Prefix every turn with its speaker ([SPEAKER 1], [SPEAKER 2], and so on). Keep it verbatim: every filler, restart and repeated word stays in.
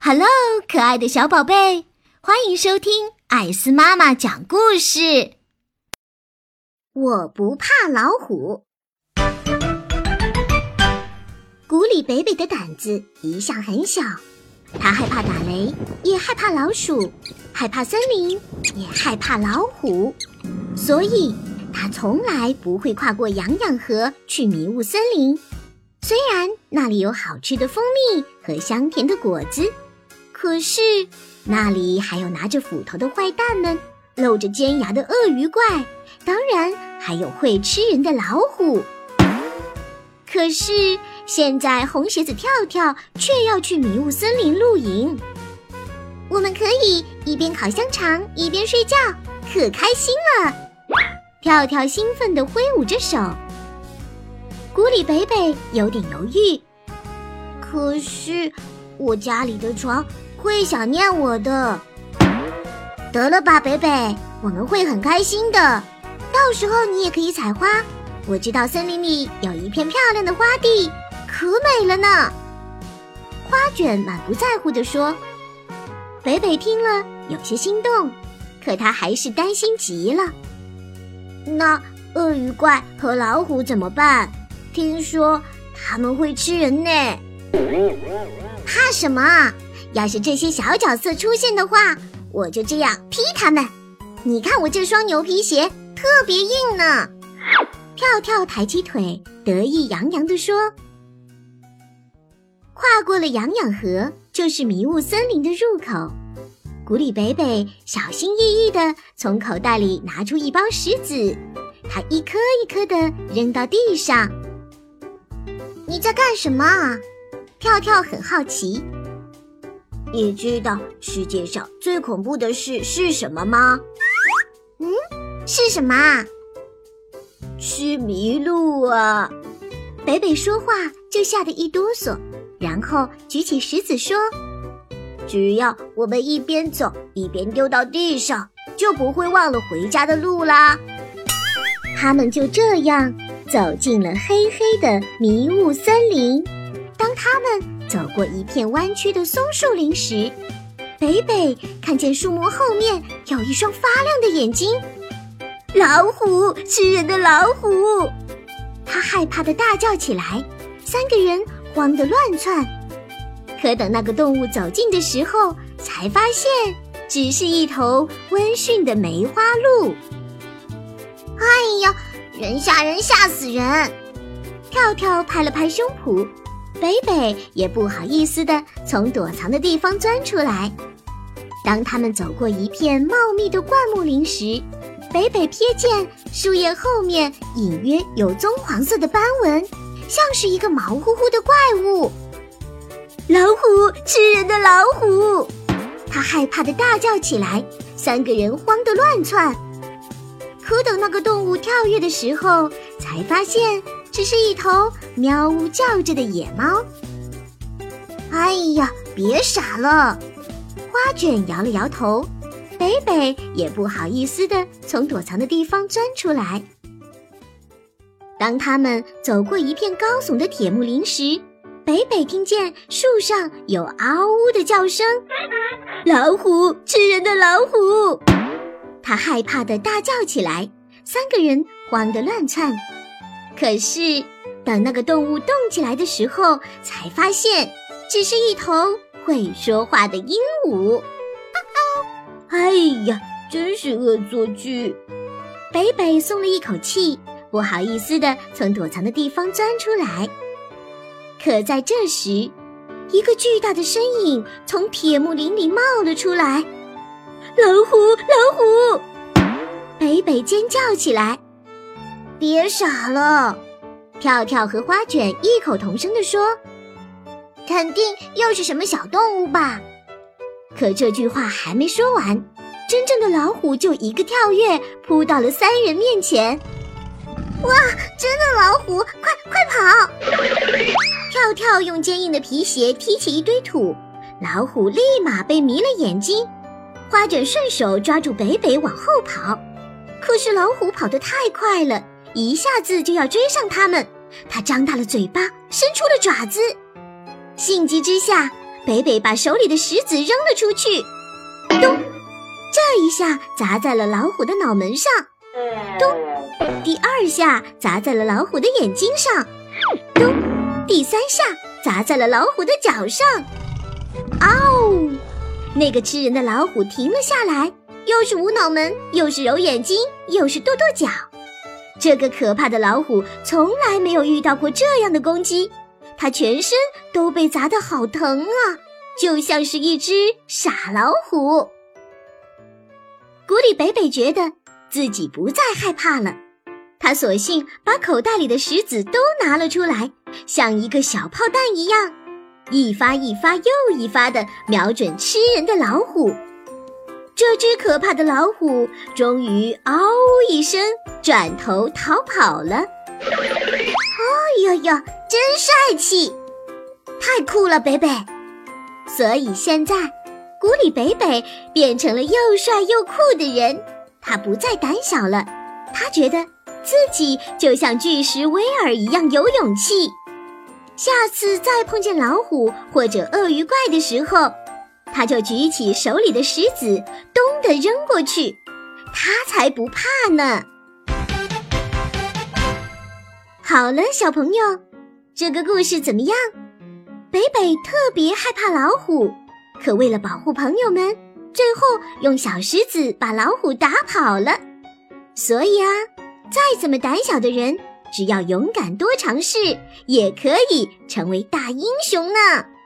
[SPEAKER 1] Hello， 可爱的小宝贝，欢迎收听艾斯妈妈讲故事。我不怕老虎。古里北北的胆子一向很小，他害怕打雷，也害怕老鼠，害怕森林，也害怕老虎，所以他从来不会跨过洋洋河去迷雾森林。虽然那里有好吃的蜂蜜和香甜的果子，可是那里还有拿着斧头的坏蛋们，露着尖牙的鳄鱼怪，当然还有会吃人的老虎。可是现在红鞋子跳跳却要去迷雾森林露营。我们可以一边烤香肠一边睡觉，可开心了。跳跳兴奋地挥舞着手。古里北北有点犹豫，可是我家里的床会想念我的。得了吧，北北，我们会很开心的，到时候你也可以采花。我知道森林里有一片漂亮的花地，可美了呢。花卷满不在乎地说。北北听了有些心动，可他还是担心极了。那鳄鱼怪和老虎怎么办？听说他们会吃人呢。怕什么？要是这些小角色出现的话，我就这样劈他们。你看我这双牛皮鞋特别硬呢。跳跳抬起腿，得意洋洋地说。跨过了洋洋河，就是迷雾森林的入口。古里北北小心翼翼地从口袋里拿出一包石子，他一颗一颗地扔到地上。你在干什么啊？跳跳很好奇。你知道世界上最恐怖的事是什么吗？嗯，是什么啊？吃麋鹿啊！北北说话就吓得一哆嗦，然后举起石子说，只要我们一边走一边丢到地上，就不会忘了回家的路啦。他们就这样走进了黑黑的迷雾森林。当他们走过一片弯曲的松树林时，北北看见树木后面有一双发亮的眼睛。老虎，吃人的老虎！他害怕地大叫起来，三个人慌得乱窜。可等那个动物走近的时候，才发现只是一头温驯的梅花鹿。哎呀，人吓人吓死人！跳跳拍了拍胸脯，北北也不好意思地从躲藏的地方钻出来。当他们走过一片茂密的灌木林时，北北瞥见树叶后面隐约有棕黄色的斑纹，像是一个毛乎乎的怪物。老虎，吃人的老虎！他害怕地大叫起来，三个人慌得乱窜。可等那个动物跳跃的时候，才发现只是一头喵呜叫着的野猫。哎呀，别傻了！花卷摇了摇头，北北也不好意思地从躲藏的地方钻出来。当他们走过一片高耸的铁木林时，北北听见树上有嗷呜的叫声。老虎，吃人的老虎！他害怕地大叫起来，三个人慌得乱窜。可是等那个动物动起来的时候，才发现只是一头会说话的鹦鹉。哎呀，真是恶作剧！北北松了一口气，不好意思地从躲藏的地方钻出来。可在这时，一个巨大的身影从铁木林里冒了出来。老虎，老虎！北北尖叫起来。别傻了！跳跳和花卷异口同声地说，肯定又是什么小动物吧。可这句话还没说完，真正的老虎就一个跳跃扑到了三人面前。哇，真的老虎，快快跑！跳跳用坚硬的皮鞋踢起一堆土，老虎立马被迷了眼睛。花卷顺手抓住北北往后跑，可是老虎跑得太快了，一下子就要追上他们。它张大了嘴巴，伸出了爪子。性急之下， 北北把手里的石子扔了出去，咚，这一下砸在了老虎的脑门上，咚，第二下砸在了老虎的眼睛上，咚，第三下砸在了老虎的脚上。嗷！那个吃人的老虎停了下来，又是捂脑门，又是揉眼睛，又是跺跺脚。这个可怕的老虎从来没有遇到过这样的攻击，它全身都被砸得好疼啊，就像是一只傻老虎。古里北北觉得自己不再害怕了，他索性把口袋里的石子都拿了出来，像一个小炮弹一样，一发一发又一发地瞄准吃人的老虎。这只可怕的老虎终于嗷一声转头逃跑了。哎呀呀，真帅气，太酷了北北。所以现在古里北北变成了又帅又酷的人，他不再胆小了，他觉得自己就像巨石威尔一样有勇气。下次再碰见老虎或者鳄鱼怪的时候，他就举起手里的石子，咚地扔过去，他才不怕呢。好了，小朋友，这个故事怎么样？北北特别害怕老虎，可为了保护朋友们，最后用小石子把老虎打跑了。所以啊，再怎么胆小的人，只要勇敢多尝试，也可以成为大英雄呢。